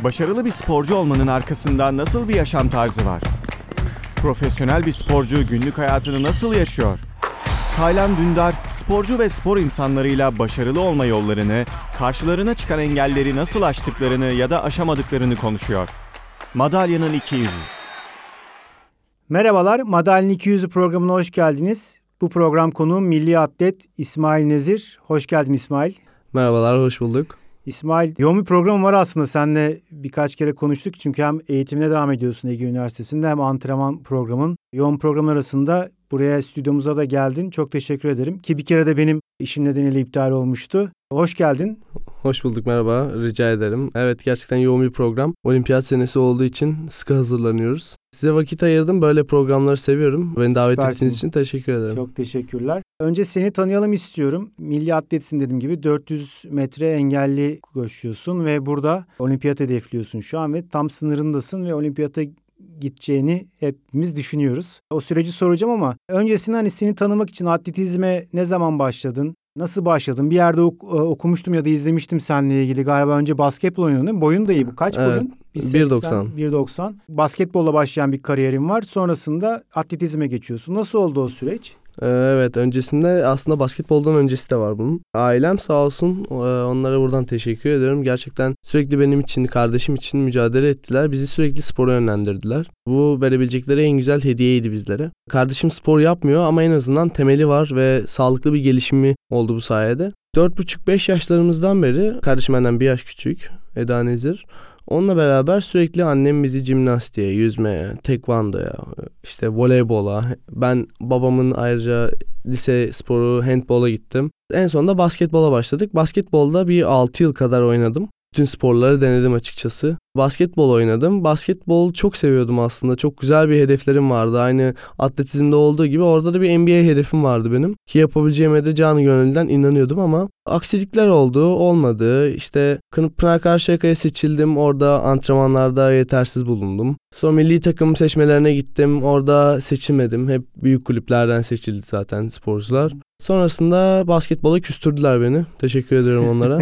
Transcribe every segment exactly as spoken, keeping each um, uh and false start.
Başarılı bir sporcu olmanın arkasında nasıl bir yaşam tarzı var? Profesyonel bir sporcu günlük hayatını nasıl yaşıyor? Taylan Dündar, sporcu ve spor insanlarıyla başarılı olma yollarını, karşılarına çıkan engelleri nasıl aştıklarını ya da aşamadıklarını konuşuyor. Madalyanın iki yüzü. Merhabalar, Madalyanın iki yüzü programına hoş geldiniz. Bu program konuğum milli atlet İsmail Nezir. Hoş geldin İsmail. Merhabalar, hoş bulduk. İsmail, yoğun bir program var aslında. Seninle birkaç kere konuştuk. Çünkü hem eğitimine devam ediyorsun Ege Üniversitesi'nde hem antrenman programın. Yoğun program arasında buraya stüdyomuza da geldin. Çok teşekkür ederim. Ki bir kere de benim işim nedeniyle iptal olmuştu. Hoş geldin. Hoş bulduk, merhaba. Rica ederim. Evet, gerçekten yoğun bir program. Olimpiyat senesi olduğu için sıkı hazırlanıyoruz. Size vakit ayırdım. Böyle programları seviyorum. Beni davet Süpersin. ettiğiniz için teşekkür ederim. Çok teşekkürler. Önce seni tanıyalım istiyorum. Milli atletsin dediğim gibi dört yüz metre engelli koşuyorsun ve burada olimpiyat hedefliyorsun şu an ve tam sınırındasın ve olimpiyata gideceğini hepimiz düşünüyoruz. O süreci soracağım ama öncesinde hani seni tanımak için atletizme ne zaman başladın? Nasıl başladın? Bir yerde ok- okumuştum ya da izlemiştim seninle ilgili. Galiba önce basketbol oynuyordun değil mi? Boyun da iyi. Bu kaç Evet, boyun? bir doksan. bir doksan. Basketbolla başlayan bir kariyerin var. Sonrasında atletizme geçiyorsun. Nasıl oldu o süreç? Ee, Evet, öncesinde aslında basketboldan öncesi de var bunun. Ailem sağ olsun, e, onlara buradan teşekkür ediyorum. Gerçekten sürekli benim için, kardeşim için mücadele ettiler. Bizi sürekli spora yönlendirdiler. Bu verebilecekleri en güzel hediyeydi bizlere. Kardeşim spor yapmıyor ama en azından temeli var ve sağlıklı bir gelişimi oldu bu sayede. dört buçuk beş yaşlarımızdan beri, kardeşim benden bir yaş küçük, Eda Nezir. Onunla beraber sürekli annem bizi jimnastiğe, yüzmeye, tekvandoya, işte voleybola, ben babamın ayrıca lise sporu, handbola gittim. En sonunda basketbola başladık. Basketbolda bir altı yıl kadar oynadım. Bütün sporları denedim açıkçası. Basketbol oynadım. Basketbol çok seviyordum aslında. Çok güzel bir hedeflerim vardı. Aynı atletizmde olduğu gibi orada da bir N B A hedefim vardı benim. Ki yapabileceğime de canı gönülden inanıyordum ama aksilikler oldu, olmadı. İşte Pınar Karşıyaka'ya seçildim. Orada antrenmanlarda yetersiz bulundum. Sonra milli takım seçmelerine gittim. Orada seçilmedim. Hep büyük kulüplerden seçildi zaten sporcular. Sonrasında basketbola küstürdüler beni. Teşekkür ederim onlara.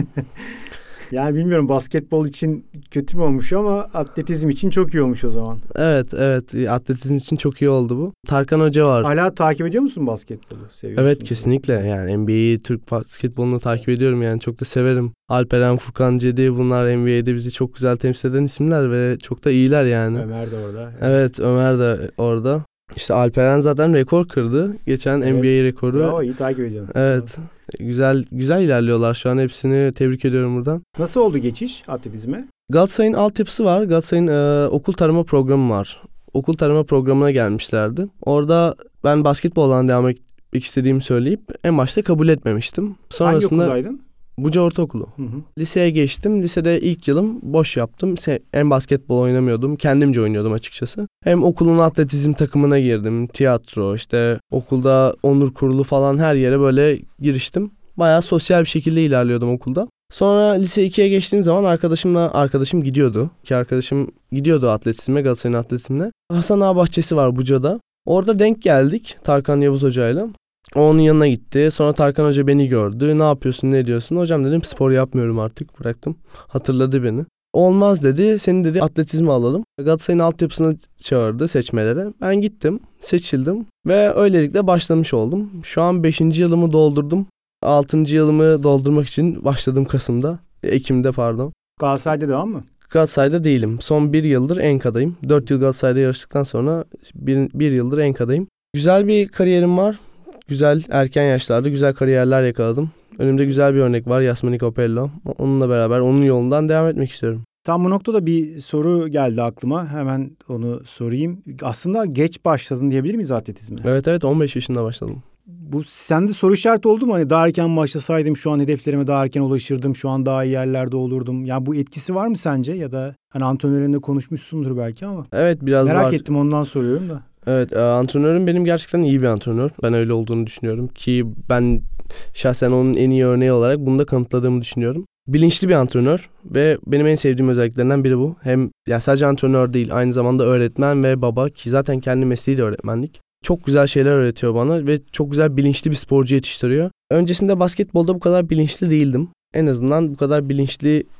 Yani bilmiyorum basketbol için kötü mü olmuş ama atletizm için çok iyi olmuş o zaman. Evet, evet. Atletizm için çok iyi oldu bu. Tarkan Hoca var. Hala takip ediyor musun basketbolu? Seviyorsun Evet, kesinlikle. Yani N B A'yi, Türk basketbolunu takip ediyorum. Yani çok da severim. Alperen, Furkan, Cedi, bunlar N B A'de bizi çok güzel temsil eden isimler ve çok da iyiler yani. Ömer de orada. Evet, evet Ömer de orada. İşte Alperen zaten rekor kırdı. Geçen evet, N B A rekoru. Bravo, iyi takip ediyorum. Evet. Bravo. Güzel güzel ilerliyorlar şu an. Hepsini tebrik ediyorum buradan. Nasıl oldu geçiş atletizme? Galatasaray'ın altyapısı var. Galatasaray'ın e, okul tarama programı var. Okul tarama programına gelmişlerdi. Orada ben basketboldan devam etmek istediğimi söyleyip en başta kabul etmemiştim. Sonrasında, hangi okuldaydın? Buca Ortaokulu. Hı hı. Liseye geçtim. Lisede ilk yılım boş yaptım. Hem basketbol oynamıyordum. Kendimce oynuyordum açıkçası. Hem okulun atletizm takımına girdim. Tiyatro, işte okulda onur kurulu falan her yere böyle giriştim. Bayağı sosyal bir şekilde ilerliyordum okulda. Sonra lise ikiye geçtiğim zaman arkadaşımla arkadaşım gidiyordu. İki arkadaşım gidiyordu atletizme, Galatasaray'ın atletizmine. Hasan Ağa Bahçesi var Buca'da. Orada denk geldik Tarkan Yavuz Hoca'yla. O onun yanına gitti. Sonra Tarkan Hoca beni gördü. Ne yapıyorsun, ne diyorsun? Hocam dedim, spor yapmıyorum artık, bıraktım. Hatırladı beni. Olmaz dedi. Seni dedi atletizme alalım. Galatasaray'ın altyapısına çağırdı seçmelere. Ben gittim. Seçildim. Ve öylelikle başlamış oldum. Şu an beşinci yılımı doldurdum. altıncı yılımı doldurmak için başladım Kasım'da. Ekim'de pardon. Galatasaray'da devam mı? Galatasaray'da değilim. Son bir yıldır Enka'dayım. Dört yıl Galatasaray'da yarıştıktan sonra bir, bir yıldır Enka'dayım. Güzel bir kariyerim var. Güzel, erken yaşlarda güzel kariyerler yakaladım. Önümde güzel bir örnek var, Yasmani Copello. Onunla beraber onun yolundan devam etmek istiyorum. Tam bu noktada bir soru geldi aklıma. Hemen onu sorayım. Aslında geç başladın diyebilir miyiz atletizme? Evet evet, on beş yaşında başladım. Bu sende soru işareti oldu mu? Hani daha erken başlasaydım şu an hedeflerime daha erken ulaşırdım. Şu an daha iyi yerlerde olurdum. Yani bu etkisi var mı sence? Ya da hani antrenörünle konuşmuşsundur belki ama. Evet, biraz merak var. Merak ettim, ondan soruyorum da. Evet, antrenörüm benim gerçekten iyi bir antrenör. Ben öyle olduğunu düşünüyorum ki ben şahsen onun en iyi örneği olarak bunu da kanıtladığımı düşünüyorum. Bilinçli bir antrenör ve benim en sevdiğim özelliklerinden biri bu. Hem ya sadece antrenör değil, aynı zamanda öğretmen ve baba, ki zaten kendi mesleği de öğretmenlik. Çok güzel şeyler öğretiyor bana ve çok güzel bilinçli bir sporcu yetiştiriyor. Öncesinde basketbolda bu kadar bilinçli değildim. En azından bu kadar bilinçli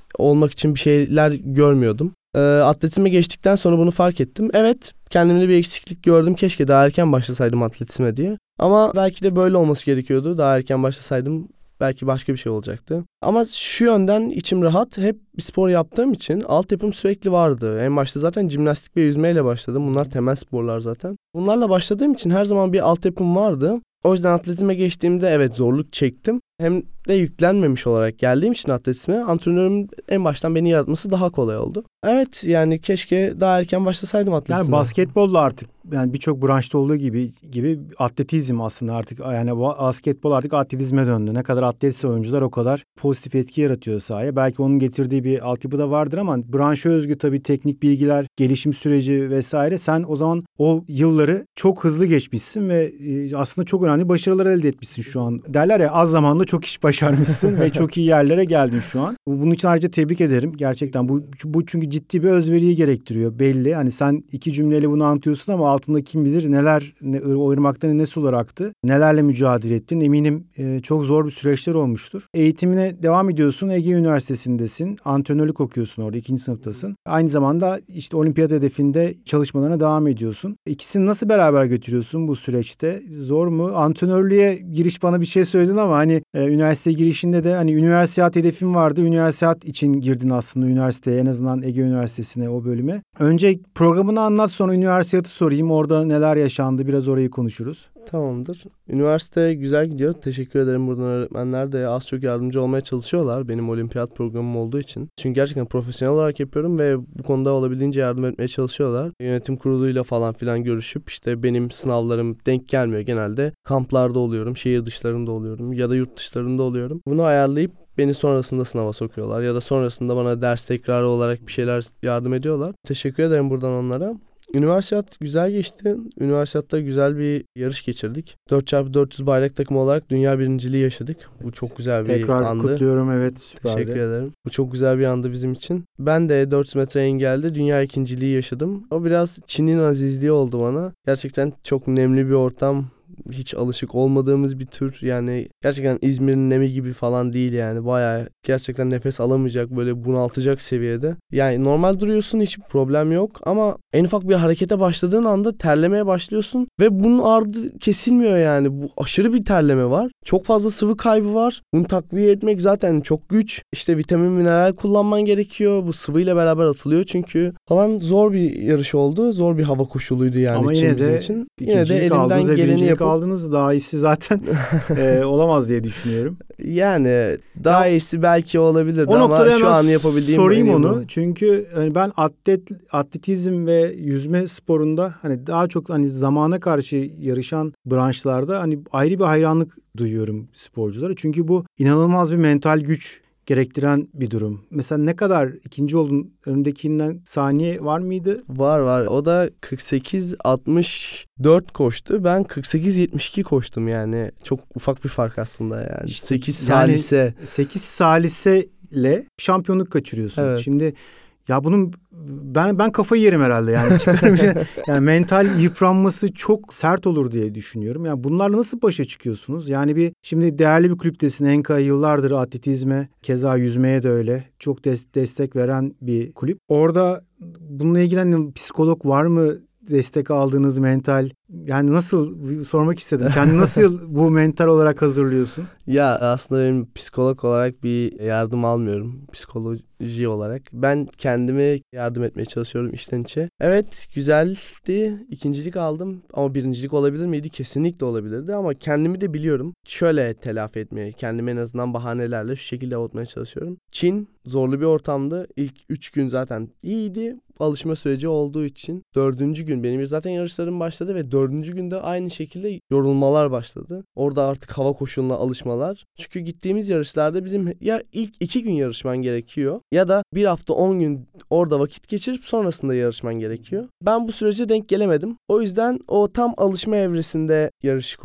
olmak için bir şeyler görmüyordum. E, atletizme geçtikten sonra bunu fark ettim. Evet, kendimde bir eksiklik gördüm. Keşke daha erken başlasaydım atletizme diye. Ama belki de böyle olması gerekiyordu. Daha erken başlasaydım belki başka bir şey olacaktı. Ama şu yönden içim rahat. Hep bir spor yaptığım için altyapım sürekli vardı. En başta zaten jimnastik ve yüzmeyle başladım. Bunlar temel sporlar zaten. Bunlarla başladığım için her zaman bir altyapım vardı. O yüzden atletizme geçtiğimde evet zorluk çektim. Hem de yüklenmemiş olarak geldiğim için atletizme antrenörüm en baştan beni yaratması daha kolay oldu. Evet, yani keşke daha erken başlasaydım atletizme. Yani basketbolla artık yani birçok branşta olduğu gibi gibi atletizm aslında artık yani basketbol artık atletizme döndü. Ne kadar atletse oyuncular o kadar pozitif etki yaratıyor sahaya. Belki onun getirdiği bir altyapı da vardır ama branşa özgü tabii teknik bilgiler, gelişim süreci vesaire. Sen o zaman o yılları çok hızlı geçmişsin ve aslında çok önemli başarılar elde etmişsin şu an. Derler ya, az zamanda çok iş başarmışsın ve çok iyi yerlere geldin şu an. Bunun için ayrıca tebrik ederim. Gerçekten bu, bu çünkü ciddi bir özveriyi gerektiriyor belli. Hani sen iki cümleyle bunu anlatıyorsun ama altında kim bilir neler, ne, o ırmaktan ne sular aktı. Nelerle mücadele ettin. Eminim e, çok zor bir süreçler olmuştur. Eğitimine devam ediyorsun. Ege Üniversitesi'ndesin. Antrenörlük okuyorsun orada. ikinci sınıftasın. Aynı zamanda işte olimpiyat hedefinde çalışmalarına devam ediyorsun. İkisini nasıl beraber götürüyorsun bu süreçte? Zor mu? Antrenörlüğe giriş bana bir şey söyledin ama hani e, üniversite girişinde de hani üniversiyat hedefin vardı. Üniversiyat için girdin aslında üniversiteye, en azından Ege Üniversitesi'ne, o bölüme. Önce programını anlat, sonra üniversiyatı sorayım. Orada neler yaşandı, biraz orayı konuşuruz. Tamamdır. Üniversite güzel gidiyor. Teşekkür ederim. Buradan öğretmenler de az çok yardımcı olmaya çalışıyorlar benim olimpiyat programım olduğu için. Çünkü gerçekten profesyonel olarak yapıyorum ve bu konuda olabildiğince yardım etmeye çalışıyorlar. Yönetim kuruluyla falan filan görüşüp işte benim sınavlarım denk gelmiyor genelde. Kamplarda oluyorum, şehir dışlarında oluyorum ya da yurt dışlarında oluyorum. Bunu ayarlayıp beni sonrasında sınava sokuyorlar ya da sonrasında bana ders tekrarı olarak bir şeyler yardım ediyorlar. Teşekkür ederim buradan onlara. Üniversiyat güzel geçti. Üniversiyatta güzel bir yarış geçirdik. dört çarpı dört yüz bayrak takımı olarak dünya birinciliği yaşadık. Bu çok güzel bir Tekrar andı. Tekrar kutluyorum, evet, süperdi. Teşekkür ederim. Bu çok güzel bir andı bizim için. Ben de dört yüz metre engelde dünya ikinciliği yaşadım. O biraz Çin'in azizliği oldu bana. Gerçekten çok nemli bir ortam. Hiç alışık olmadığımız bir tür, yani gerçekten İzmir'in nemi gibi falan değil yani, bayağı gerçekten nefes alamayacak, böyle bunaltacak seviyede. Yani normal duruyorsun, hiç problem yok ama en ufak bir harekete başladığın anda terlemeye başlıyorsun ve bunun ardı kesilmiyor yani. Bu aşırı bir terleme var, çok fazla sıvı kaybı var, bunu takviye etmek zaten çok güç. İşte vitamin mineral kullanman gerekiyor, bu sıvıyla beraber atılıyor çünkü falan. Zor bir yarış oldu, zor bir hava koşuluydu yani. Ama Çin yine bizim de için. Yine de elimden aldınız, geleni yapıp aldınız, daha iyisi zaten e, olamaz diye düşünüyorum. Yani daha ya, iyisi belki olabilirdi ama şu an yapabildiğim sorayım onu. Bu. Çünkü hani ben atlet atletizm ve yüzme sporunda hani daha çok hani zamana karşı yarışan branşlarda hani ayrı bir hayranlık duyuyorum sporculara. Çünkü bu inanılmaz bir mental güç gerektiren bir durum. Mesela ne kadar ikinci oldun, önündekinden saniye var mıydı? Var var. O da kırk sekiz altmış dört koştu. Ben kırk sekiz yetmiş iki koştum yani. Çok ufak bir fark aslında yani. İşte sekiz salise. Yani sekiz saliseyle şampiyonluk kaçırıyorsun. Evet. Şimdi ya bunun ben ben kafayı yerim herhalde yani. Yani mental yıpranması çok sert olur diye düşünüyorum. Yani bunlarla nasıl başa çıkıyorsunuz? Yani bir şimdi değerli bir kulüptesin. Enka yıllardır atletizme, keza yüzmeye de öyle. Çok des- destek veren bir kulüp. Orada bununla ilgili hani psikolog var mı? Destek aldığınız mental, yani nasıl, sormak istedim. Kendini nasıl bu mental olarak hazırlıyorsun? Ya aslında benim psikolog olarak bir yardım almıyorum. Psikoloji olarak. Ben kendime yardım etmeye çalışıyorum içten içe. Evet, güzeldi. İkincilik aldım ama birincilik olabilir miydi? Kesinlikle olabilirdi ama kendimi de biliyorum. Şöyle telafi etmeye, kendimi en azından bahanelerle şu şekilde avutmaya çalışıyorum. Çin zorlu bir ortamdı. İlk üç gün zaten iyiydi. Alışma süreci olduğu için dördüncü gün benim zaten yarışlarım başladı ve dördüncü günde aynı şekilde yorulmalar başladı. Orada artık hava koşuluna alışmalar. Çünkü gittiğimiz yarışlarda bizim ya ilk iki gün yarışman gerekiyor ya da bir hafta on gün orada vakit geçirip sonrasında yarışman gerekiyor. Ben bu sürece denk gelemedim. O yüzden o tam alışma evresinde yarışı ko-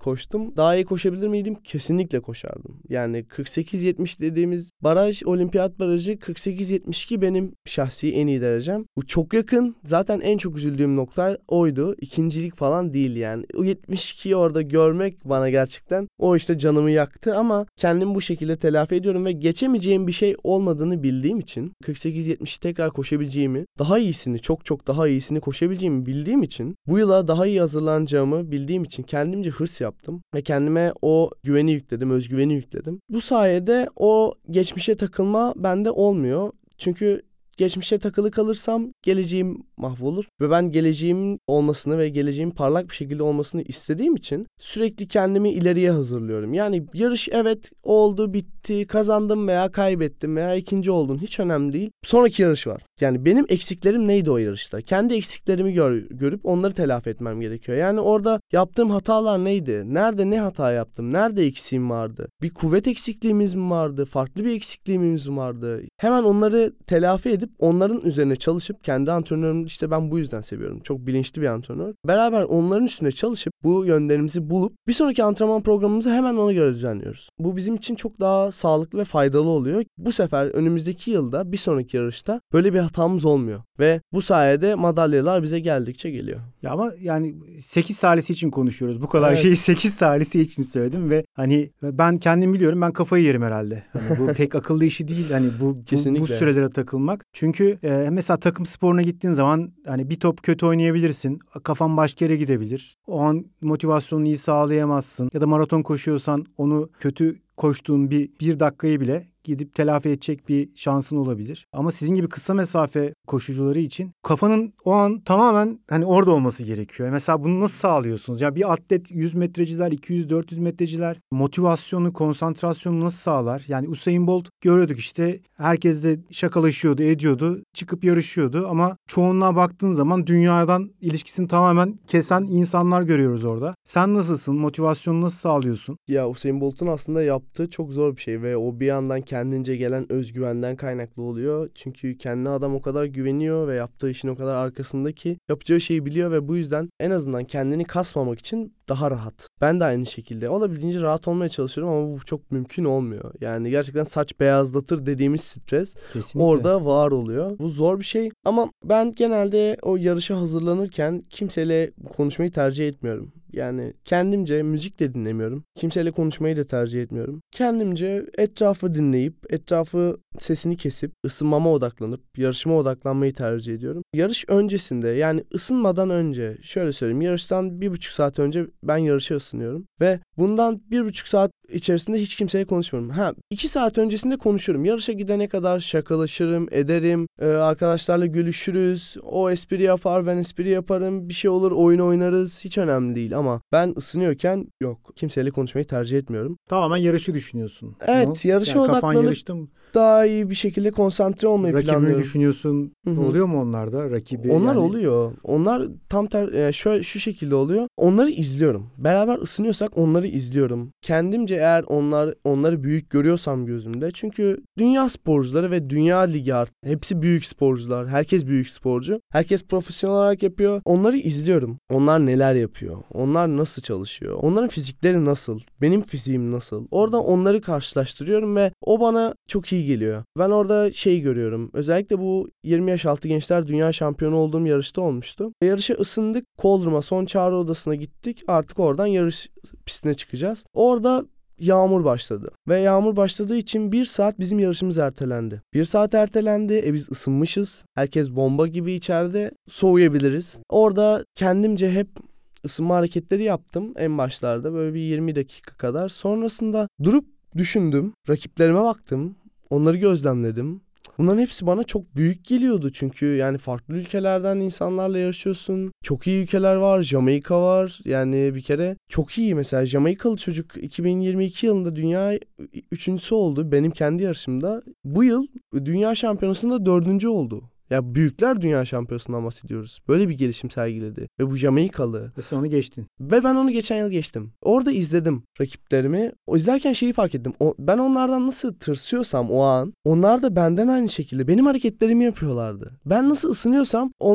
koştum. Daha iyi koşabilir miydim? Kesinlikle koşardım. Yani kırk sekiz yetmiş dediğimiz baraj, olimpiyat barajı kırk sekiz yetmiş iki benim şahsi en iyi derecem. Bu çok yakın. Zaten en çok üzüldüğüm nokta oydu. İkincilik falan değil yani. O yetmiş ikiyi orada görmek bana gerçekten o işte canımı yaktı ama kendimi bu şekilde telafi ediyorum ve geçemeyeceğim bir şey olmadığını bildiğim için kırk sekiz yetmişi tekrar koşabileceğimi, daha iyisini, çok çok daha iyisini koşabileceğimi bildiğim için, bu yıla daha iyi hazırlanacağımı bildiğim için kendimce hırs yaptım ve kendime o güveni yükledim, özgüveni yükledim. Bu sayede o geçmişe takılma bende olmuyor. Çünkü geçmişe takılı kalırsam geleceğim mahvolur ve ben geleceğimin olmasını ve geleceğimin parlak bir şekilde olmasını istediğim için sürekli kendimi ileriye hazırlıyorum. Yani yarış evet oldu, bitti, kazandım veya kaybettim veya ikinci oldun hiç önemli değil. Sonraki yarış var. Yani benim eksiklerim neydi o yarışta? Kendi eksiklerimi gör, görüp onları telafi etmem gerekiyor. Yani orada yaptığım hatalar neydi? Nerede ne hata yaptım? Nerede eksiğim vardı? Bir kuvvet eksikliğimiz mi vardı? Farklı bir eksikliğimiz mi vardı? Hemen onları telafi edip onların üzerine çalışıp kendi antrenörümü işte ben bu yüzden seviyorum. Çok bilinçli bir antrenör. Beraber onların üstüne çalışıp bu yönlerimizi bulup bir sonraki antrenman programımızı hemen ona göre düzenliyoruz. Bu bizim için çok daha sağlıklı ve faydalı oluyor. Bu sefer önümüzdeki yılda bir sonraki yarışta böyle bir hatamız olmuyor. Ve bu sayede madalyalar bize geldikçe geliyor. Ya ama yani sekiz salisi için konuşuyoruz. Bu kadar Evet. şeyi sekiz salisi için söyledim ve hani ben kendim biliyorum ben kafayı yerim herhalde. Hani bu pek akıllı işi değil hani bu bu, bu sürelere takılmak. Çünkü e, mesela takım sporuna gittiğin zaman hani bir top kötü oynayabilirsin. Kafan başka yere gidebilir. O an motivasyonunu iyi sağlayamazsın. Ya da maraton koşuyorsan onu kötü koştuğun bir, bir dakikayı bile gidip telafi edecek bir şansın olabilir. Ama sizin gibi kısa mesafe koşucuları için kafanın o an tamamen hani orada olması gerekiyor. Mesela bunu nasıl sağlıyorsunuz? Ya bir atlet yüz metreciler, iki yüz dört yüz metreciler motivasyonu, konsantrasyonu nasıl sağlar? Yani Usain Bolt görüyorduk işte herkesle şakalaşıyordu, ediyordu, çıkıp yarışıyordu ama çoğunluğa baktığın zaman dünyadan ilişkisini tamamen kesen insanlar görüyoruz orada. Sen nasılsın? Motivasyonu nasıl sağlıyorsun? Ya Usain Bolt'un aslında yaptığı çok zor bir şey ve o bir yandan kendince gelen özgüvenden kaynaklı oluyor. Çünkü kendine adam o kadar güveniyor ve yaptığı işin o kadar arkasında ki yapacağı şeyi biliyor ve bu yüzden en azından kendini kasmamak için daha rahat. Ben de aynı şekilde olabildiğince rahat olmaya çalışıyorum ama bu çok mümkün olmuyor. Yani gerçekten saç beyazlatır dediğimiz stres Kesinlikle. orada var oluyor. Bu zor bir şey ama ben genelde o yarışa hazırlanırken kimseyle konuşmayı tercih etmiyorum. Yani kendimce müzik de dinlemiyorum. Kimseyle konuşmayı da tercih etmiyorum. Kendimce etrafı dinleyip, etrafı sesini kesip, ısınmama odaklanıp, yarışıma odaklanmayı tercih ediyorum. Yarış öncesinde yani ısınmadan önce şöyle söyleyeyim. Yarıştan bir buçuk saat önce ben yarışa ısınıyorum. Ve bundan bir buçuk saat içerisinde hiç kimseyle konuşmuyorum. Ha iki saat öncesinde konuşurum. Yarışa gidene kadar şakalaşırım, ederim. Ee, arkadaşlarla gülüşürüz. O espri yapar, ben espri yaparım. Bir şey olur, oyun oynarız. Hiç önemli değil ama ben ısınıyorken yok. Kimseyle konuşmayı tercih etmiyorum. Tamamen yarışı düşünüyorsun. Evet, Ama yarışa yani kafan odaklanıp yarışta mı? daha iyi bir şekilde konsantre olmayı Rakibini planlıyorum. düşünüyorsun. Hı-hı. Oluyor mu onlarda rakibi? Onlar yani... oluyor. Onlar tam ter yani şöyle şu şekilde oluyor. Onları izliyorum. Beraber ısınıyorsak onları izliyorum. Kendimce eğer onlar onları büyük görüyorsam gözümde. Çünkü dünya sporcuları ve dünya ligi artık hepsi büyük sporcular. Herkes büyük sporcu. Herkes profesyonel olarak yapıyor. Onları izliyorum. Onlar neler yapıyor? Onlar nasıl çalışıyor? Onların fizikleri nasıl? Benim fiziğim nasıl? Orada onları karşılaştırıyorum ve o bana çok iyi geliyor. Ben orada şey görüyorum. Özellikle bu yirmi yaş altı gençler dünya şampiyonu olduğum yarışta olmuştu. Yarışa ısındık. Koldrum'a son çağrı odasına gittik. Artık oradan yarış pistine çıkacağız. Orada yağmur başladı. Ve yağmur başladığı için bir saat bizim yarışımız ertelendi. Bir saat ertelendi. E biz ısınmışız. Herkes bomba gibi içeride. Soğuyabiliriz. Orada kendimce hep ısınma hareketleri yaptım en başlarda. Böyle bir yirmi dakika kadar. Sonrasında durup düşündüm. Rakiplerime baktım. Onları gözlemledim. Bunların hepsi bana çok büyük geliyordu çünkü yani farklı ülkelerden insanlarla yarışıyorsun. Çok iyi ülkeler var. Jamaika var. Yani bir kere çok iyi mesela Jamaikalı çocuk iki bin yirmi iki yılında dünya üçüncüsü oldu benim kendi yarışımda. Bu yıl dünya şampiyonasında dördüncü oldu. Ya büyükler dünya şampiyonasından bahsediyoruz. Böyle bir gelişim sergiledi. Ve bu Jamaikalı. Ve sen onu geçtin. Ve ben onu geçen yıl geçtim. Orada izledim rakiplerimi. O izlerken şeyi fark ettim. O, ben onlardan nasıl tırsıyorsam o an, onlar da benden aynı şekilde benim hareketlerimi yapıyorlardı. Ben nasıl ısınıyorsam onlar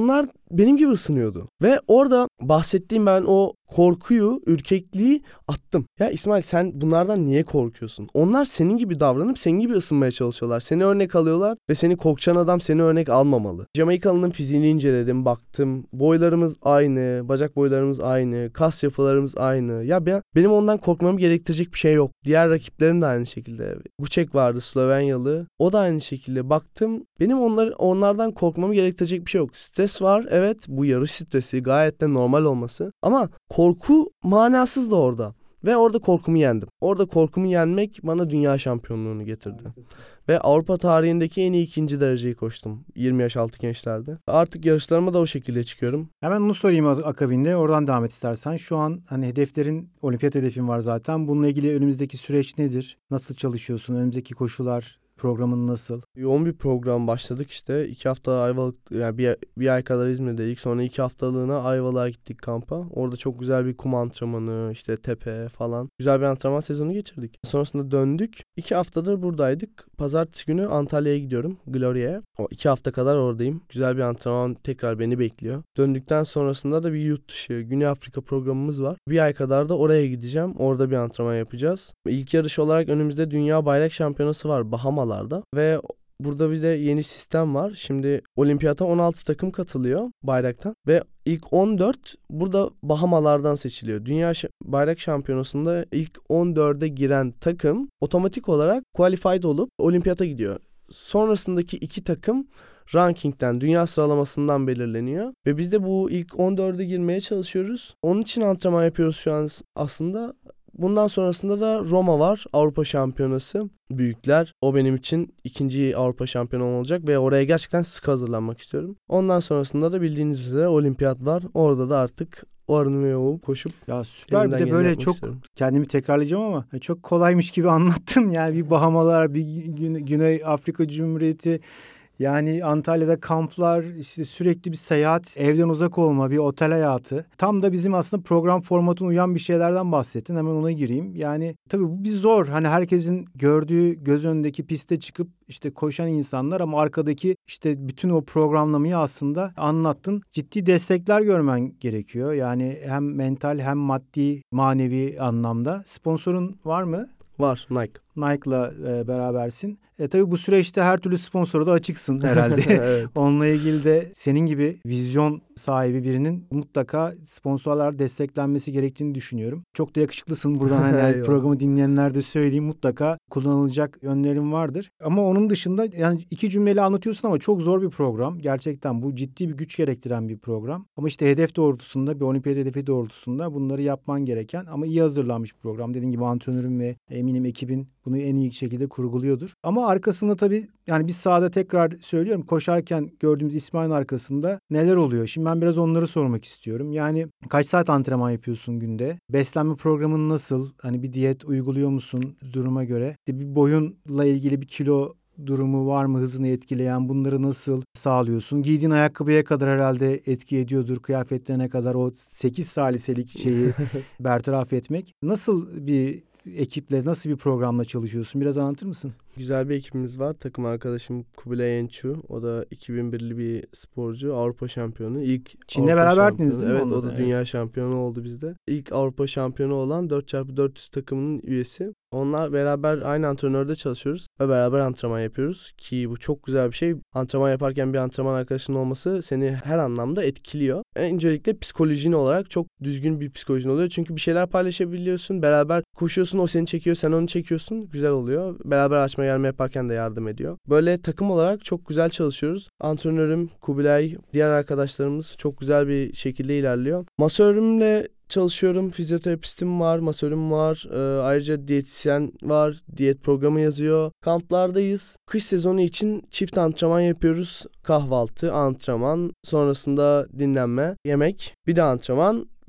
benim gibi ısınıyordu. Ve orada bahsettiğim ben o korkuyu, ürkekliği attım. Ya İsmail, sen bunlardan niye korkuyorsun? Onlar senin gibi davranıp senin gibi ısınmaya çalışıyorlar. Seni örnek alıyorlar ve seni korkacağın adam seni örnek almamalı. Jamaikalı'nın fiziğini inceledim, baktım. Boylarımız aynı, bacak boylarımız aynı, kas yapılarımız aynı. Ya ben, benim ondan korkmamı gerektirecek bir şey yok. Diğer rakiplerim de aynı şekilde. Gucek vardı, Slovenyalı. O da aynı şekilde. Baktım, benim onlar, onlardan korkmamı gerektirecek bir şey yok. Stres var, evet, bu yarış stresi gayet de normal olması. Ama korku manasız da orada. Ve orada korkumu yendim. Orada korkumu yenmek bana dünya şampiyonluğunu getirdi. Ve Avrupa tarihindeki en iyi ikinci dereceyi koştum. yirmi yaş altı gençlerde. Artık yarışlarıma da o şekilde çıkıyorum. Hemen onu sorayım akabinde. Oradan devam et istersen. Şu an hani hedeflerin, olimpiyat hedefin var zaten. Bununla ilgili önümüzdeki süreç nedir? Nasıl çalışıyorsun? Önümüzdeki koşular, programın nasıl? Yoğun bir program başladık işte. iki hafta Ayvalık, yani bir, bir ay kadar İzmir'deydik. Sonra iki haftalığına Ayvalık'a gittik kampa. Orada çok güzel bir kum antrenmanı, işte tepe falan. Güzel bir antrenman sezonu geçirdik. Sonrasında döndük. iki haftadır buradaydık. Pazartesi günü Antalya'ya gidiyorum, Gloria'ya. O iki hafta kadar oradayım. Güzel bir antrenman tekrar beni bekliyor. Döndükten sonrasında da bir yurt dışı, Güney Afrika programımız var. Bir ay kadar da oraya gideceğim. Orada bir antrenman yapacağız. İlk yarış olarak önümüzde Dünya Bayrak Şampiyonası var Bahamalar. Ve burada bir de yeni sistem var. Şimdi olimpiyata on altı takım katılıyor bayraktan ve ilk on dört burada Bahamalardan seçiliyor. Dünya Ş- Bayrak Şampiyonası'nda ilk on dörde giren takım otomatik olarak qualified olup olimpiyata gidiyor. Sonrasındaki iki takım rankingden, dünya sıralamasından belirleniyor. Ve biz de bu ilk on dörde girmeye çalışıyoruz. Onun için antrenman yapıyoruz şu an aslında. Bundan sonrasında da Roma var, Avrupa Şampiyonası. Büyükler. O benim için ikinci Avrupa şampiyonu olacak ve oraya gerçekten sıkı hazırlanmak istiyorum. Ondan sonrasında da bildiğiniz üzere olimpiyat var. Orada da artık arınmaya koşup ya süper, bir de böyle çok istiyorum. Kendimi tekrarlayacağım ama çok kolaymış gibi anlattın. Yani bir Bahamalar, bir Güne- Güney Afrika Cumhuriyeti, yani Antalya'da kamplar, işte sürekli bir seyahat, evden uzak olma, bir otel hayatı. Tam da bizim aslında program formatına uyan bir şeylerden bahsettin. Hemen ona gireyim. Yani tabii bu bir zor. Hani herkesin gördüğü, göz önündeki piste çıkıp işte koşan insanlar ama arkadaki işte bütün o programlamayı aslında anlattın. Ciddi destekler görmen gerekiyor. Yani hem mental hem maddi, manevi anlamda. Sponsorun var mı? Var, Nike. Nike'la e, berabersin. E tabii bu süreçte her türlü sponsora da açıksın herhalde. Evet. Onunla ilgili de senin gibi vizyon sahibi birinin mutlaka sponsorlar desteklenmesi gerektiğini düşünüyorum. Çok da yakışıklısın. Buradan hani yani programı dinleyenler de söyleyeyim, mutlaka kullanılacak yönlerim vardır. Ama onun dışında yani iki cümleyle anlatıyorsun ama çok zor bir program. Gerçekten bu ciddi bir güç gerektiren bir program. Ama işte hedef doğrultusunda, bir olimpiyat hedefi doğrultusunda bunları yapman gereken ama iyi hazırlanmış bir program. Dediğim gibi antrenörün ve eminim ekibin bunu en iyi şekilde kurguluyordur. Ama arkasında tabii yani biz sahada tekrar söylüyorum, koşarken gördüğümüz İsmail'in arkasında neler oluyor? Şimdi ben biraz onları sormak istiyorum. Yani kaç saat antrenman yapıyorsun günde? Beslenme programın nasıl? Hani bir diyet uyguluyor musun duruma göre? İşte bir boyunla ilgili bir kilo durumu var mı, hızını etkileyen, bunları nasıl sağlıyorsun? Giydiğin ayakkabıya kadar herhalde etki ediyordur, kıyafetlerine kadar o sekiz saliselik şeyi bertaraf etmek. Nasıl bir ekiple, nasıl bir programla çalışıyorsun? Biraz anlatır mısın? Güzel bir ekibimiz var. Takım arkadaşım Kubilay Ençu. O da iki bin birli bir sporcu. Avrupa şampiyonu. İlk Çin'le Avrupa beraberdiniz şampiyonu. değil mi? Evet, onda o da da? dünya Evet. şampiyonu oldu bizde. İlk Avrupa şampiyonu olan dört çarpı dört yüz takımının üyesi. Onlar beraber aynı antrenörde çalışıyoruz ve beraber antrenman yapıyoruz ki bu çok güzel bir şey. Antrenman yaparken bir antrenman arkadaşının olması seni her anlamda etkiliyor. Öncelikle psikolojin olarak çok düzgün bir psikolojin oluyor. Çünkü bir şeyler paylaşabiliyorsun. Beraber koşuyorsun, o seni çekiyor, sen onu çekiyorsun. Güzel oluyor. Beraber açma gelme yaparken de yardım ediyor. Böyle takım olarak çok güzel çalışıyoruz. Antrenörüm Kubilay, diğer arkadaşlarımız çok güzel bir şekilde ilerliyor. Masörümle çalışıyorum. Fizyoterapistim var, masörüm var. Ee, ayrıca diyetisyen var. Diyet programı yazıyor. Kamplardayız. Kış sezonu için çift antrenman yapıyoruz. Kahvaltı, antrenman, sonrasında dinlenme, yemek, bir de antrenman.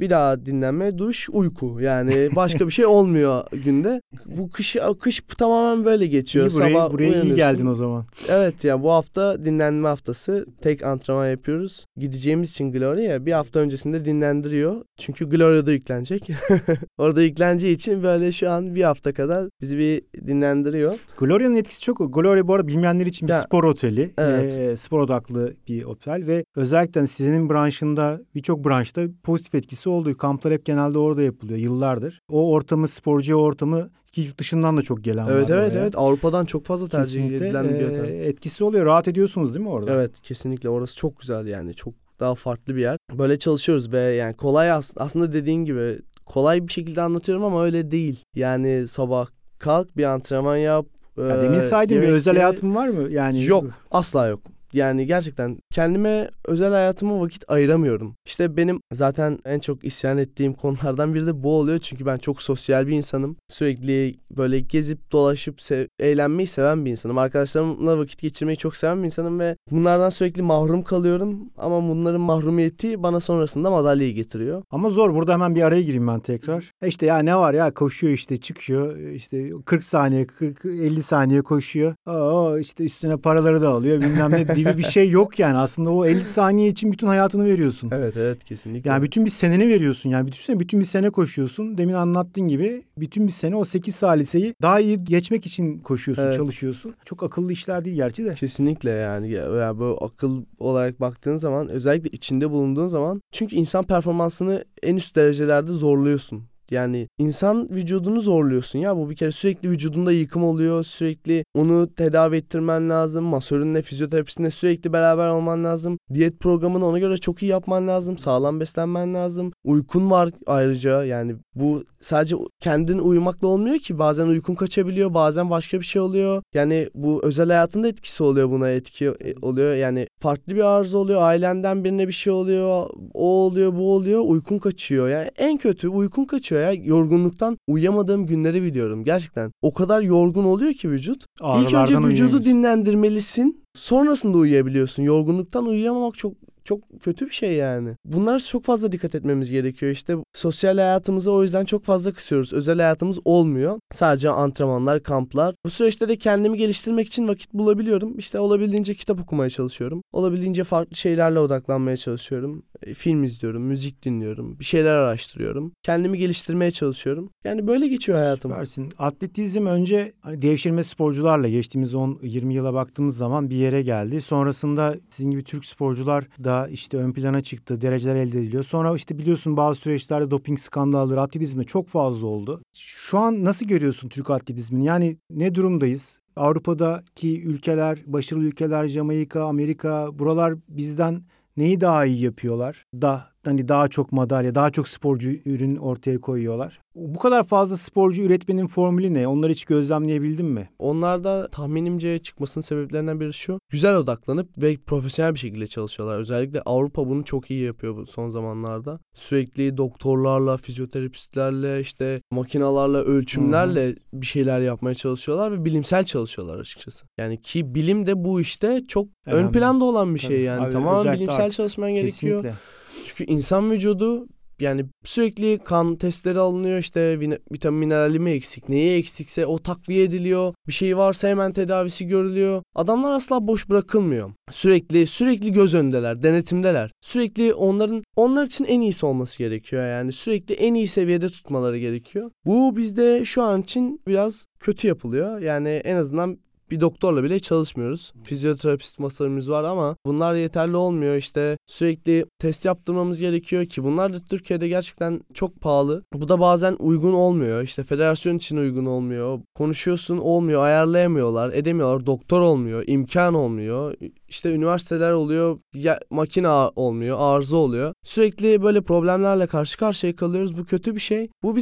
bir daha dinlenme, duş, uyku. Yani başka bir şey olmuyor günde. Bu kış kış tamamen böyle geçiyor. İyi, buraya, Sabah buraya iyi uyanıyorsun. geldin o zaman. Evet ya, bu hafta dinlenme haftası. Tek antrenman yapıyoruz. Gideceğimiz için Gloria'ya bir hafta öncesinde dinlendiriyor. Çünkü Gloria'da yüklenecek. Orada yükleneceği için böyle şu an bir hafta kadar bizi bir dinlendiriyor. Gloria'nın etkisi çok. Gloria bu arada bilmeyenler için bir Ya, spor oteli. evet. Ee, spor odaklı bir otel ve özellikle sizin branşında birçok branşta pozitif etkisi oldu. Kamplar hep genelde orada yapılıyor yıllardır. O ortamı, sporcu ortamı ki yurt dışından da çok gelen Evet var evet oraya. evet. Avrupa'dan çok fazla tercih Kesinlikle edilen bir e, otel. etkisi oluyor. Rahat ediyorsunuz değil mi orada? Evet, kesinlikle orası çok güzel yani. Çok daha farklı bir yer. Böyle çalışıyoruz ve yani kolay as- aslında dediğin gibi kolay bir şekilde anlatıyorum ama öyle değil. Yani sabah kalk, bir antrenman yap. Ya demin saydığın bir yemek özel ye. hayatın var mı? Yani Yok, asla yok. Yani gerçekten kendime, özel hayatıma vakit ayıramıyorum. İşte benim zaten en çok isyan ettiğim konulardan biri de bu oluyor. Çünkü ben çok sosyal bir insanım. Sürekli böyle gezip dolaşıp sev- eğlenmeyi seven bir insanım. Arkadaşlarımla vakit geçirmeyi çok seven bir insanım ve bunlardan sürekli mahrum kalıyorum. Ama bunların mahrumiyeti bana sonrasında madalyayı getiriyor. Ama zor. Burada hemen bir araya gireyim ben tekrar. E işte ya ne var ya, koşuyor işte, çıkıyor işte kırk saniye kırk elli saniye koşuyor. Aa, işte üstüne paraları da alıyor bilmem ne gibi bir şey yok yani. Aslında o elli saniye için bütün hayatını veriyorsun. Evet evet, kesinlikle. Yani bütün bir seneni veriyorsun yani. Bütün, bütün bir sene koşuyorsun. Demin anlattığın gibi bütün bir sene o sekiz saliseyi daha iyi geçmek için koşuyorsun, Evet. çalışıyorsun. Çok akıllı işler değil gerçi de. Kesinlikle yani. Ya, ya böyle akıl olarak baktığın zaman, özellikle içinde bulunduğun zaman, çünkü insan performansını en üst derecelerde zorluyorsun. Yani insan vücudunu zorluyorsun ya, bu bir kere sürekli vücudunda yıkım oluyor, sürekli onu tedavi ettirmen lazım, masörünle, fizyoterapistinle sürekli beraber olman lazım, diyet programını ona göre çok iyi yapman lazım, sağlam beslenmen lazım, uykun var ayrıca. Yani bu sadece kendin uyumakla olmuyor ki, bazen uykun kaçabiliyor, bazen başka bir şey oluyor. Yani bu özel hayatında etkisi oluyor, buna etki oluyor. Yani farklı bir arıza oluyor, ailenden birine bir şey oluyor, o oluyor, bu oluyor, uykun kaçıyor. Yani en kötü uykun kaçıyor ya. Yorgunluktan uyuyamadığım günleri biliyorum gerçekten. O kadar yorgun oluyor ki vücut. İlk önce vücudu dinlendirmelisin. Sonrasında uyuyabiliyorsun. Yorgunluktan uyuyamamak çok çok kötü bir şey yani. Bunlara çok fazla dikkat etmemiz gerekiyor. İşte sosyal hayatımızı o yüzden çok fazla kısıyoruz. Özel hayatımız olmuyor. Sadece antrenmanlar, kamplar. Bu süreçte de kendimi geliştirmek için vakit bulabiliyorum. İşte olabildiğince kitap okumaya çalışıyorum. Olabildiğince farklı şeylerle odaklanmaya çalışıyorum. E, film izliyorum, müzik dinliyorum, bir şeyler araştırıyorum. Kendimi geliştirmeye çalışıyorum. Yani böyle geçiyor hayatım. Süpersin. Atletizm önce hani devşirme sporcularla geçtiğimiz on yirmi yıla baktığımız zaman bir yere geldi. Sonrasında sizin gibi Türk sporcular da işte ön plana çıktı, dereceler elde ediliyor. Sonra işte biliyorsun bazı süreçlerde doping skandalları atletizmde çok fazla oldu. Şu an nasıl görüyorsun Türk atletizmini? Yani ne durumdayız? Avrupa'daki ülkeler, başarılı ülkeler, Jamaika, Amerika, buralar bizden neyi daha iyi yapıyorlar? Da hani daha çok madalya, daha çok sporcu ürün ortaya koyuyorlar. Bu kadar fazla sporcu üretmenin formülü ne? Onları hiç gözlemleyebildin mi? Onlarda tahminimce çıkmasının sebeplerinden biri şu: güzel odaklanıp ve profesyonel bir şekilde çalışıyorlar. Özellikle Avrupa bunu çok iyi yapıyor bu son zamanlarda. Sürekli doktorlarla, fizyoterapistlerle, işte makinalarla, ölçümlerle Hı-hı. bir şeyler yapmaya çalışıyorlar ve bilimsel çalışıyorlar açıkçası. Yani ki bilim de bu işte çok önemli, ön planda olan bir Tabii. şey yani. Abi, tamamen bilimsel çalışman gerekiyor. Kesinlikle. Çünkü insan vücudu, yani sürekli kan testleri alınıyor, işte vitamin minerali mi eksik, neye eksikse o takviye ediliyor, bir şey varsa hemen tedavisi görülüyor. Adamlar asla boş bırakılmıyor. Sürekli sürekli göz önündeler, denetimdeler. Sürekli onların onlar için en iyisi olması gerekiyor, yani sürekli en iyi seviyede tutmaları gerekiyor. Bu bizde şu an için biraz kötü yapılıyor. Yani en azından bir doktorla bile çalışmıyoruz. Fizyoterapist masörümüz var ama bunlar yeterli olmuyor. İşte sürekli test yaptırmamız gerekiyor ki bunlar da Türkiye'de gerçekten çok pahalı. Bu da bazen uygun olmuyor. İşte federasyon için uygun olmuyor. Konuşuyorsun, olmuyor, ayarlayamıyorlar, edemiyorlar. Doktor olmuyor, imkan olmuyor. İşte üniversiteler oluyor, ya, makine olmuyor, arıza oluyor. Sürekli böyle problemlerle karşı karşıya kalıyoruz. Bu kötü bir şey. Bu bize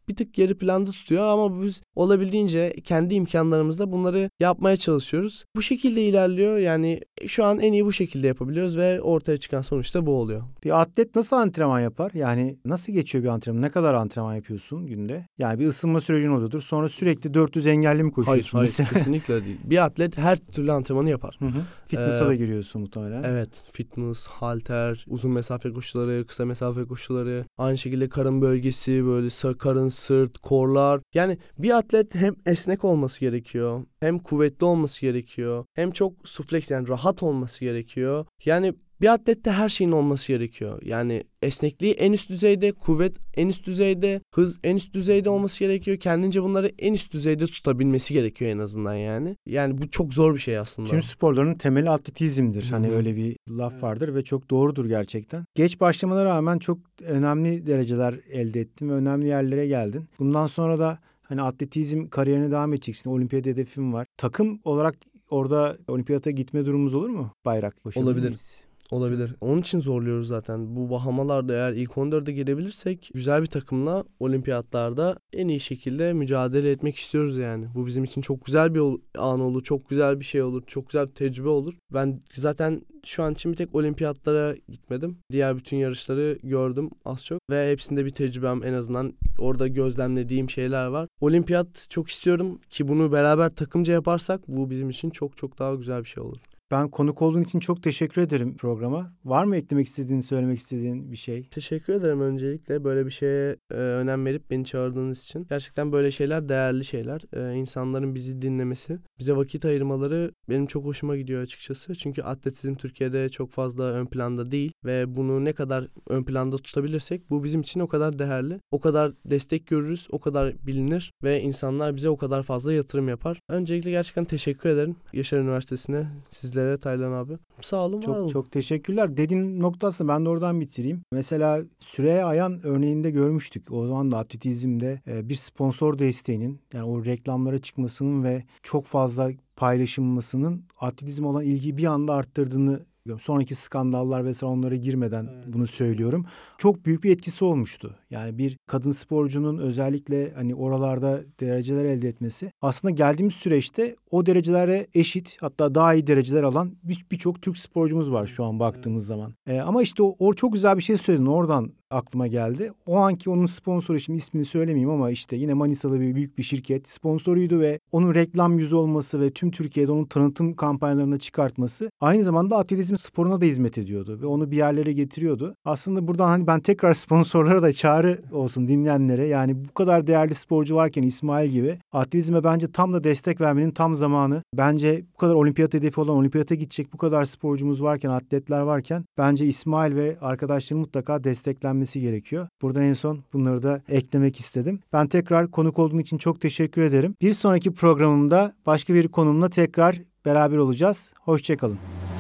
bir tık geri planda tutuyor ama biz olabildiğince kendi imkanlarımızla bunları yapmaya çalışıyoruz. Bu şekilde ilerliyor. Yani şu an en iyi bu şekilde yapabiliyoruz ve ortaya çıkan sonuç da bu oluyor. Bir atlet nasıl antrenman yapar? Yani nasıl geçiyor bir antrenman? Ne kadar antrenman yapıyorsun günde? Yani bir ısınma sürecin oluyordur. Sonra sürekli dört yüz engelli mi Hayır, koşuyorsun hayır mesela? kesinlikle değil. Bir atlet her türlü antrenmanı yapar. Hı hı. Fitness'a Ee, da giriyorsun muhtemelen. Evet, fitness, halter, uzun mesafe koşuları, kısa mesafe koşuları, aynı şekilde karın bölgesi, böyle sı- karın, sırt, korlar. Yani bir atlet hem esnek olması gerekiyor, hem kuvvetli olması gerekiyor, hem çok sufleks yani rahat olması gerekiyor. Yani bir atlette her şeyin olması gerekiyor. Yani esnekliği en üst düzeyde, kuvvet en üst düzeyde, hız en üst düzeyde olması gerekiyor. Kendince bunları en üst düzeyde tutabilmesi gerekiyor en azından yani. Yani bu çok zor bir şey aslında. Tüm sporların temeli atletizmdir. Hı-hı. Hani öyle bir laf vardır ve çok doğrudur gerçekten. Geç başlamana rağmen çok önemli dereceler elde ettin ve önemli yerlere geldin. Bundan sonra da hani atletizm kariyerine devam edeceksin. Olimpiyat hedefin var. Takım olarak orada olimpiyata gitme durumumuz olur mu? Bayrak. Başarılı Olabilir. mıyız? Olabilir. Onun için zorluyoruz zaten. Bu bahamalarda eğer ilk on dörde girebilirsek güzel bir takımla olimpiyatlarda en iyi şekilde mücadele etmek istiyoruz yani. Bu bizim için çok güzel bir an olur. Çok güzel bir şey olur. Çok güzel bir tecrübe olur. Ben zaten şu an için bir tek olimpiyatlara gitmedim. Diğer bütün yarışları gördüm az çok. Ve hepsinde bir tecrübem en azından orada gözlemlediğim şeyler var. Olimpiyat çok istiyorum ki bunu beraber takımca yaparsak bu bizim için çok çok daha güzel bir şey olur. Ben konuk olduğun için çok teşekkür ederim programa. Var mı eklemek istediğin, söylemek istediğin bir şey? Teşekkür ederim öncelikle böyle bir şeye e, önem verip beni çağırdığınız için. Gerçekten böyle şeyler değerli şeyler. E, insanların bizi dinlemesi, bize vakit ayırmaları benim çok hoşuma gidiyor açıkçası. Çünkü atletizm Türkiye'de çok fazla ön planda değil ve bunu ne kadar ön planda tutabilirsek bu bizim için o kadar değerli. O kadar destek görürüz, o kadar bilinir ve insanlar bize o kadar fazla yatırım yapar. Öncelikle gerçekten teşekkür ederim Yaşar Üniversitesi'ne, sizlere, Taylan abi. Sağ olun, var olun. Çok çok teşekkürler. Dediğin noktasını ben de oradan bitireyim. Mesela Süreyya Ayan örneğinde görmüştük. O zaman da atletizmde e, bir sponsor desteğinin, yani o reklamlara çıkmasının ve çok fazla paylaşılmasının atletizm olan ilgiyi bir anda arttırdığını, sonraki skandallar vesaire onlara girmeden evet. bunu söylüyorum. Çok büyük bir etkisi olmuştu. Yani bir kadın sporcunun özellikle hani oralarda dereceler elde etmesi aslında geldiğimiz süreçte o derecelere eşit, hatta daha iyi dereceler alan bir, birçok Türk sporcumuz var şu an baktığımız evet. zaman. Ee, ama işte o, o çok güzel bir şey söyledin. Oradan aklıma geldi. O anki onun sponsoru, şimdi ismini söylemeyeyim ama işte yine Manisa'da bir büyük bir şirket sponsoruydu ve onun reklam yüzü olması ve tüm Türkiye'de onun tanıtım kampanyalarına çıkartması aynı zamanda atletizm sporuna da hizmet ediyordu ve onu bir yerlere getiriyordu. Aslında buradan hani ben tekrar sponsorlara da çağrı olsun dinleyenlere, yani bu kadar değerli sporcu varken İsmail gibi atletizme bence tam da destek vermenin tam zamanı. Bence bu kadar olimpiyat hedefi olan, olimpiyata gidecek bu kadar sporcumuz varken, atletler varken bence İsmail ve arkadaşların mutlaka desteklenmesi gerekiyor. Buradan en son bunları da eklemek istedim. Ben tekrar konuk olduğun için çok teşekkür ederim. Bir sonraki programımda başka bir konumla tekrar beraber olacağız. Hoşça kalın.